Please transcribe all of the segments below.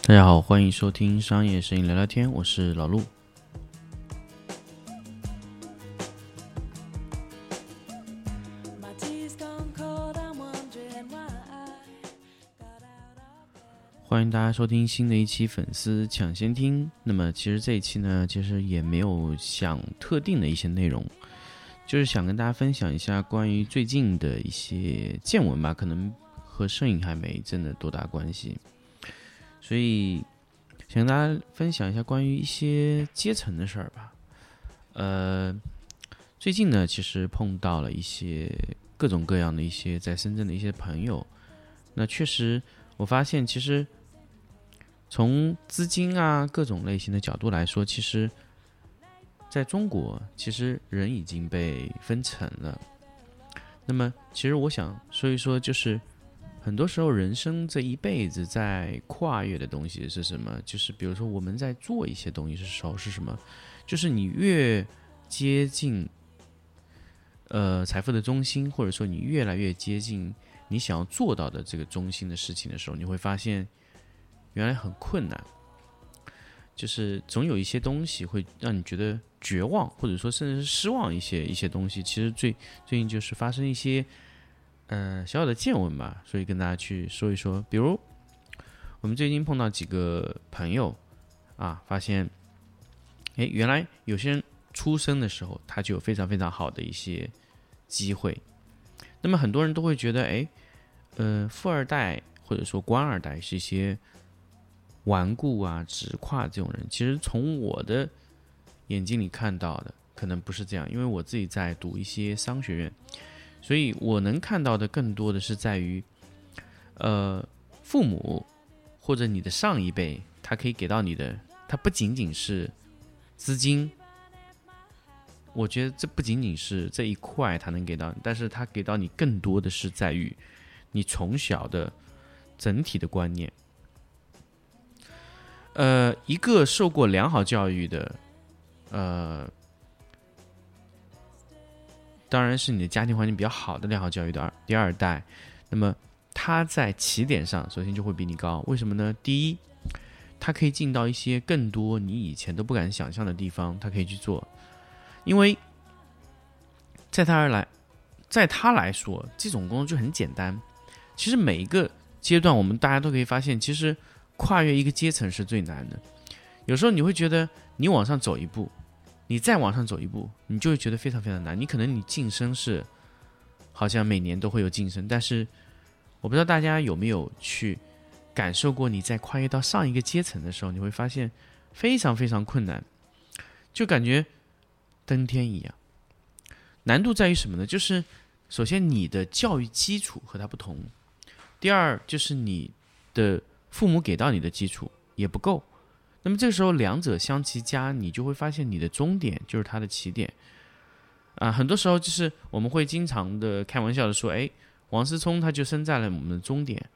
大家好，欢迎收听商业摄影聊聊天，我是老陆。欢迎大家收听新的一期粉丝抢先听。那么其实这一期呢，其实也没有想特定的一些内容，就是想跟大家分享一下关于最近的一些见闻吧，可能和摄影还没真的多大关系，所以想跟大家分享一下关于一些阶层的事儿吧。最近呢，其实碰到了一些各种各样的一些在深圳的一些朋友，那确实我发现，其实从资金啊各种类型的角度来说，其实在中国，其实人已经被分层了。那么，其实我想说一说，就是很多时候人生这一辈子在跨越的东西是什么？就是比如说我们在做一些东西的时候是什么？就是你越接近财富的中心，或者说你越来越接近你想要做到的这个中心的事情的时候，你会发现原来很困难，就是总有一些东西会让你觉得绝望，或者说甚至是失望一些东西。其实最近就是发生一些小小的见闻吧，所以跟大家去说一说。比如我们最近碰到几个朋友啊，发现原来有些人出生的时候他就有非常非常好的一些机会。那么很多人都会觉得富二代或者说官二代是一些顽固啊直跨这种人。其实从我的眼睛里看到的可能不是这样，因为我自己在读一些商学院，所以我能看到的更多的是在于父母或者你的上一辈他可以给到你的，他不仅仅是资金，我觉得这不仅仅是这一块他能给到你，但是他给到你更多的是在于你从小的整体的观念。一个受过良好教育的当然是你的家庭环境比较好的良好教育的第二代，那么他在起点上首先就会比你高。为什么呢？第一，他可以进到一些更多你以前都不敢想象的地方，他可以去做。因为在他来说，这种工作就很简单。其实每一个阶段我们大家都可以发现，其实跨越一个阶层是最难的。有时候你会觉得你往上走一步，你再往上走一步，你就会觉得非常非常难。你可能你晋升是好像每年都会有晋升，但是我不知道大家有没有去感受过，你在跨越到上一个阶层的时候，你会发现非常非常困难，就感觉登天一样。难度在于什么呢？就是首先你的教育基础和他不同，第二就是你的父母给到你的基础也不够。那么这个时候两者相齐加，你就会发现你的终点就是他的起点很多时候就是我们会经常的开玩笑的说，王思聪他就生在了我们的终点。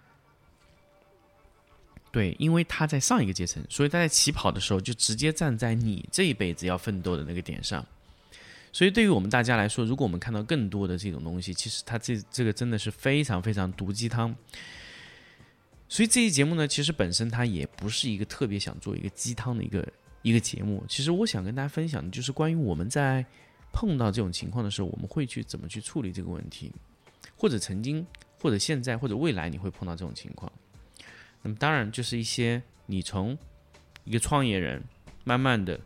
对，因为他在上一个阶层，所以他在起跑的时候就直接站在你这一辈子要奋斗的那个点上。所以对于我们大家来说，如果我们看到更多的这种东西，其实它这个真的是非常非常毒鸡汤。所以这期节目呢，其实本身它也不是一个特别想做一个鸡汤的一个节目。其实我想跟大家分享的就是关于我们在碰到这种情况的时候，我们会去怎么去处理这个问题，或者曾经或者现在或者未来你会碰到这种情况。那么当然就是一些你从一个创业人慢慢的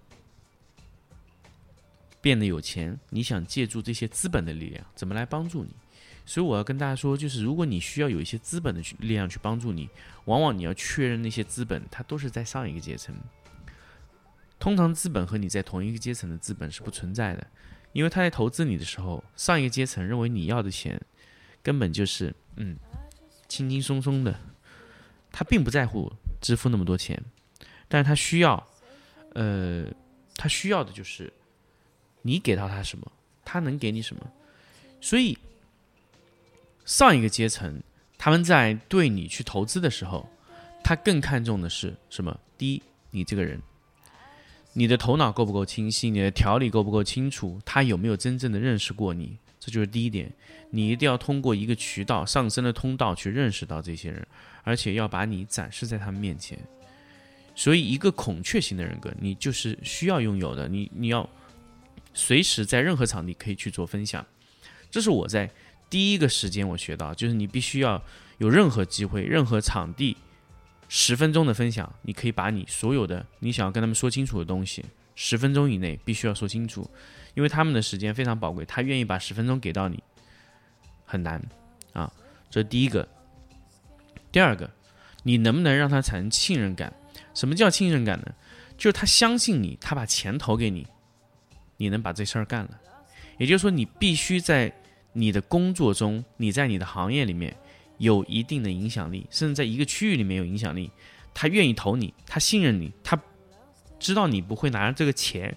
变得有钱，你想借助这些资本的力量怎么来帮助你。所以我要跟大家说，就是如果你需要有一些资本的力量去帮助你，往往你要确认那些资本它都是在上一个阶层。通常资本和你在同一个阶层的资本是不存在的，因为他在投资你的时候，上一个阶层认为你要的钱根本就是轻轻松松的，他并不在乎支付那么多钱，但是他需要的就是你给到他什么，他能给你什么。所以上一个阶层他们在对你去投资的时候，他更看重的是什么？第一，你这个人，你的头脑够不够清晰，你的条理够不够清楚，他有没有真正的认识过你， 这就是第一点，你一定要通过一个渠道上升的通道去认识到这些人，而且要把你展示在他们面前。所以一个孔雀型的人格，你就是需要拥有的，你要随时在任何场地可以去做分享。这是我在第一个时间我学到，就是你必须要有任何机会任何场地10分钟的分享，你可以把你所有的你想要跟他们说清楚的东西10分钟以内必须要说清楚，因为他们的时间非常宝贵，他愿意把10分钟给到你很难啊，这是第一个。第二个，你能不能让他产生信任感？什么叫信任感呢？就是他相信你，他把钱投给你，你能把这事儿干了。也就是说，你必须在你的工作中，你在你的行业里面有一定的影响力，甚至在一个区域里面有影响力。他愿意投你，他信任你，他知道你不会拿着这个钱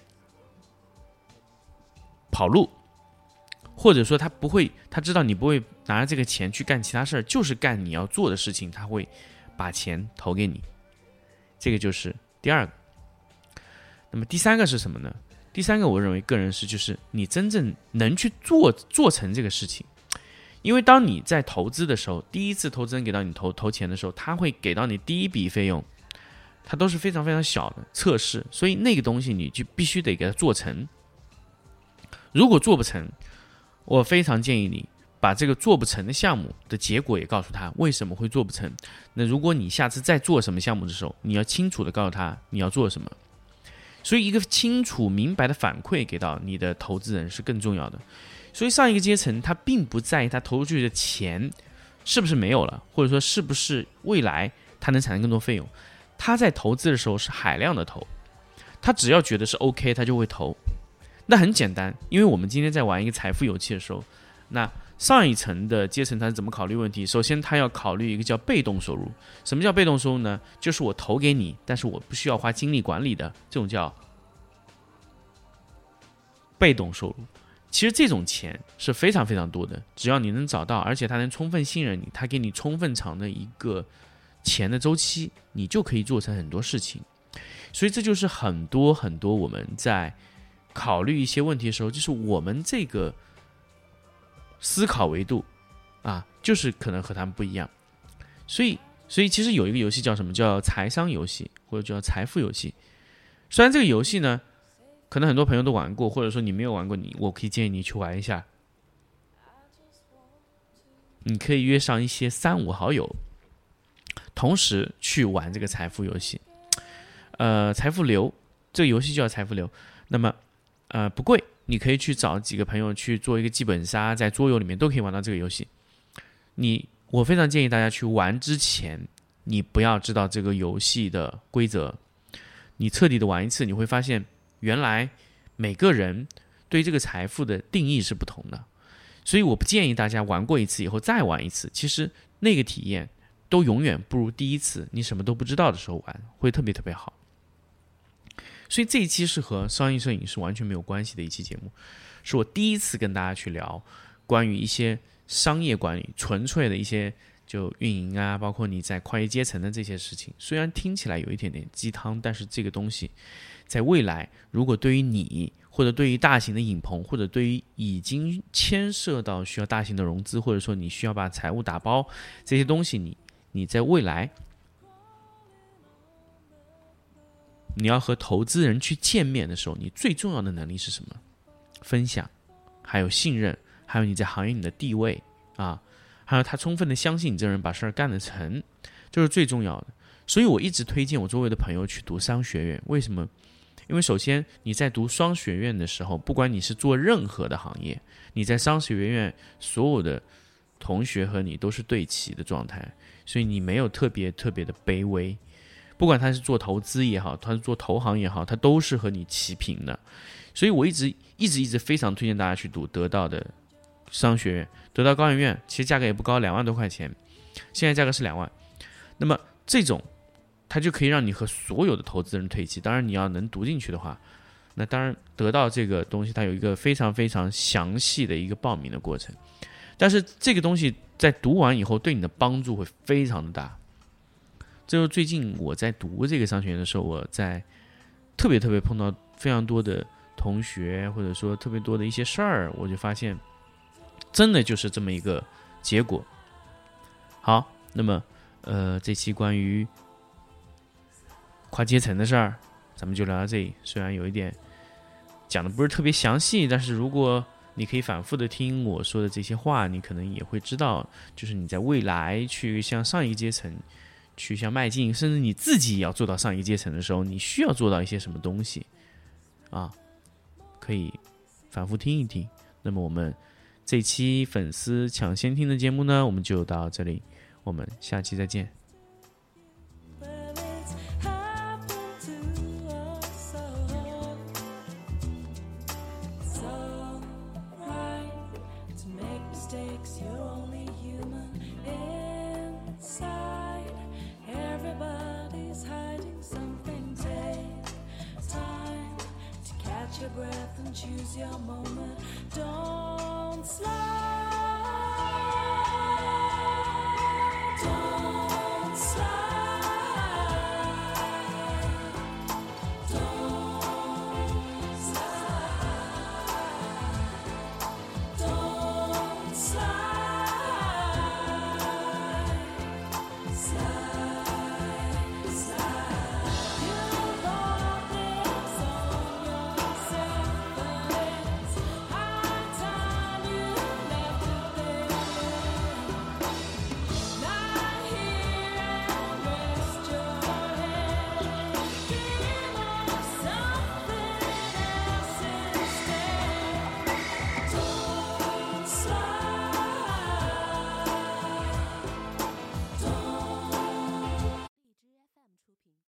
跑路，或者说他知道你不会拿着这个钱去干其他事儿，就是干你要做的事情，他会把钱投给你。这个就是第二个。那么第三个是什么呢？第三个我认为个人是就是你真正能去做成这个事情。因为当你在投资的时候，第一次投资人给到你投钱的时候，他会给到你第一笔费用，它都是非常非常小的测试，所以那个东西你就必须得给它做成。如果做不成，我非常建议你把这个做不成的项目的结果也告诉他为什么会做不成。那如果你下次再做什么项目的时候，你要清楚的告诉他你要做什么。所以一个清楚明白的反馈给到你的投资人是更重要的。所以上一个阶层他并不在意他投出去的钱是不是没有了，或者说是不是未来他能产生更多费用，他在投资的时候是海量的投，他只要觉得是 OK 他就会投。那很简单，因为我们今天在玩一个财富游戏的时候，那上一层的阶层他是怎么考虑问题？首先他要考虑一个叫被动收入。什么叫被动收入呢？就是我投给你，但是我不需要花精力管理的，这种叫被动收入。其实这种钱是非常非常多的，只要你能找到，而且他能充分信任你，他给你充分长的一个钱的周期，你就可以做成很多事情。所以这就是很多很多我们在考虑一些问题的时候，就是我们这个思考维度啊，就是可能和他们不一样。所以其实有一个游戏叫什么？叫财商游戏，或者叫财富游戏。虽然这个游戏呢，可能很多朋友都玩过，或者说你没有玩过，我可以建议你去玩一下。你可以约上一些3-5好友，同时去玩这个财富游戏。财富流，这个游戏叫财富流。那么不贵，你可以去找几个朋友去做一个剧本杀，在桌游里面都可以玩到这个游戏。我非常建议大家去玩之前，你不要知道这个游戏的规则，你彻底的玩一次，你会发现原来每个人对这个财富的定义是不同的。所以我不建议大家玩过一次以后再玩一次，其实那个体验都永远不如第一次你什么都不知道的时候玩会特别特别好。所以这一期是和商业摄影是完全没有关系的一期节目，是我第一次跟大家去聊关于一些商业管理纯粹的一些就运营啊，包括你在跨越阶层的这些事情。虽然听起来有一点点鸡汤，但是这个东西在未来如果对于你，或者对于大型的影棚，或者对于已经牵涉到需要大型的融资，或者说你需要把财务打包这些东西，你在未来你要和投资人去见面的时候，你最重要的能力是什么？分享，还有信任，还有你在行业里的地位啊，还有他充分的相信你这人把事儿干得成，这是最重要的。所以我一直推荐我周围的朋友去读商学院。为什么？因为首先你在读商学院的时候，不管你是做任何的行业，你在商学院所有的同学和你都是对齐的状态，所以你没有特别特别的卑微。不管他是做投资也好，他是做投行也好，他都是和你齐平的。所以我一直非常推荐大家去读得到的商学院。得到高研院其实价格也不高，2万多块钱，现在价格是2万。那么这种它就可以让你和所有的投资人对齐。当然你要能读进去的话，那当然得到这个东西它有一个非常非常详细的一个报名的过程，但是这个东西在读完以后对你的帮助会非常的大。这就是最近我在读这个商学院的时候，我在特别碰到非常多的同学，或者说特别多的一些事儿，我就发现真的就是这么一个结果。好，那么这期关于跨阶层的事儿，咱们就聊到这里。虽然有一点讲的不是特别详细，但是如果你可以反复的听我说的这些话，你可能也会知道，就是你在未来去向上一个阶层去向迈进，甚至你自己也要做到上一个阶层的时候，你需要做到一些什么东西啊？可以反复听一听。那么我们这期粉丝抢先听的节目呢，我们就到这里，我们下期再见。 Your breath and choose your moment.